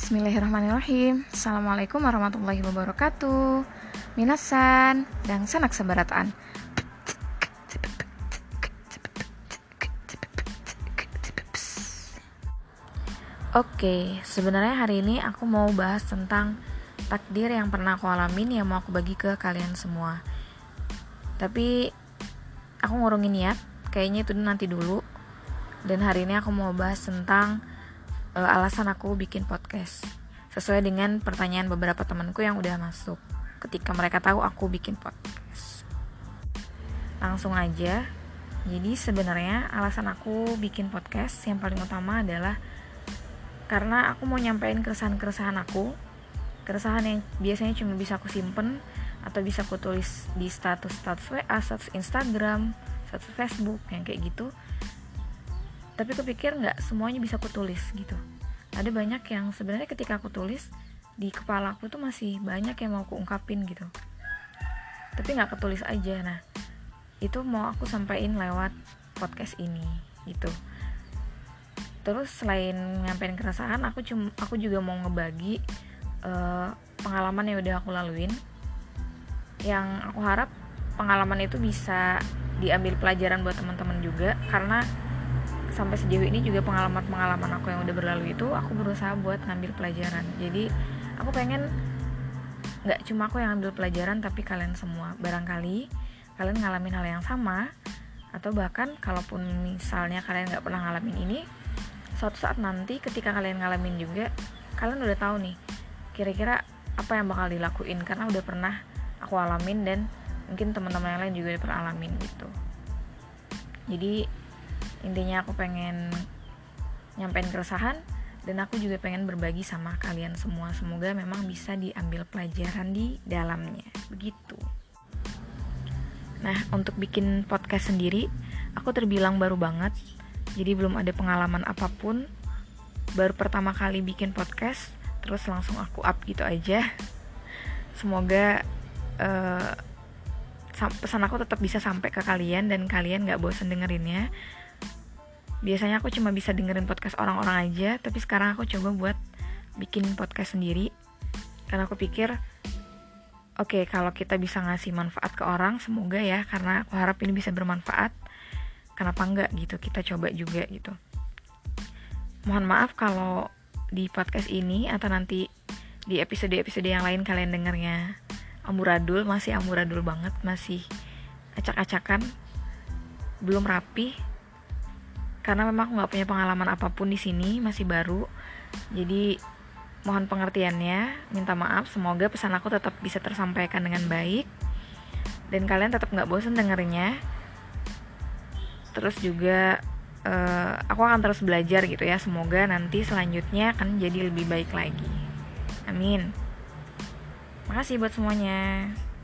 Bismillahirrahmanirrahim. Assalamualaikum warahmatullahi wabarakatuh. Minasan dan sanak sebarataan. Oke, sebenarnya hari ini aku mau bahas tentang takdir yang pernah aku alamin yang mau aku bagi ke kalian semua. Tapi aku ngurungin niat, kayaknya itu nanti dulu. Dan hari ini aku mau bahas tentang alasan aku bikin podcast, sesuai dengan pertanyaan beberapa temanku yang udah masuk ketika mereka tahu aku bikin podcast. Langsung aja. Jadi sebenarnya alasan aku bikin podcast yang paling utama adalah karena aku mau nyampein keresahan aku, keresahan yang biasanya cuma bisa aku simpen atau bisa aku tulis di status WA, status Instagram, status Facebook yang kayak gitu. Tapi kepikir nggak semuanya bisa aku tulis gitu. Ada banyak yang sebenarnya ketika aku tulis di kepala aku tuh masih banyak yang mau aku ungkapin gitu. Tapi nggak ketulis aja. Nah, itu mau aku sampaikan lewat podcast ini gitu. Terus selain nyampein keresahan, aku juga mau ngebagi pengalaman yang udah aku laluin. Yang aku harap pengalaman itu bisa diambil pelajaran buat teman-teman juga, karena sampai sejauh ini juga pengalaman aku yang udah berlalu itu aku berusaha buat ngambil pelajaran. Jadi aku pengen gak cuma aku yang ngambil pelajaran, tapi kalian semua. Barangkali kalian ngalamin hal yang sama, atau bahkan kalaupun misalnya kalian gak pernah ngalamin ini, suatu saat nanti ketika kalian ngalamin juga, kalian udah tahu nih kira-kira apa yang bakal dilakuin, karena udah pernah aku alamin dan mungkin teman-teman yang lain juga udah pernah alamin gitu. Jadi intinya aku pengen nyampein keresahan, dan aku juga pengen berbagi sama kalian semua. Semoga memang bisa diambil pelajaran di dalamnya. Begitu. Nah, untuk bikin podcast sendiri, aku terbilang baru banget. Jadi belum ada pengalaman apapun. Baru pertama kali bikin podcast, terus langsung aku up gitu aja. Semoga pesan aku tetap bisa sampai ke kalian dan kalian gak bosan dengerinnya. Biasanya aku cuma bisa dengerin podcast orang-orang aja, tapi sekarang aku coba buat bikin podcast sendiri. Karena aku pikir, oke, kalau kita bisa ngasih manfaat ke orang, semoga ya, karena aku harap ini bisa bermanfaat. Kenapa enggak gitu, kita coba juga gitu. Mohon maaf kalau di podcast ini atau nanti di episode-episode yang lain kalian dengarnya amburadul, masih amburadul banget, masih acak-acakan, belum rapi. Karena memang aku nggak punya pengalaman apapun di sini, masih baru. Jadi mohon pengertiannya, minta maaf. Semoga pesan aku tetap bisa tersampaikan dengan baik dan kalian tetap nggak bosan dengerinnya. Terus juga aku akan terus belajar gitu ya. Semoga nanti selanjutnya akan jadi lebih baik lagi. Amin. Makasih buat semuanya.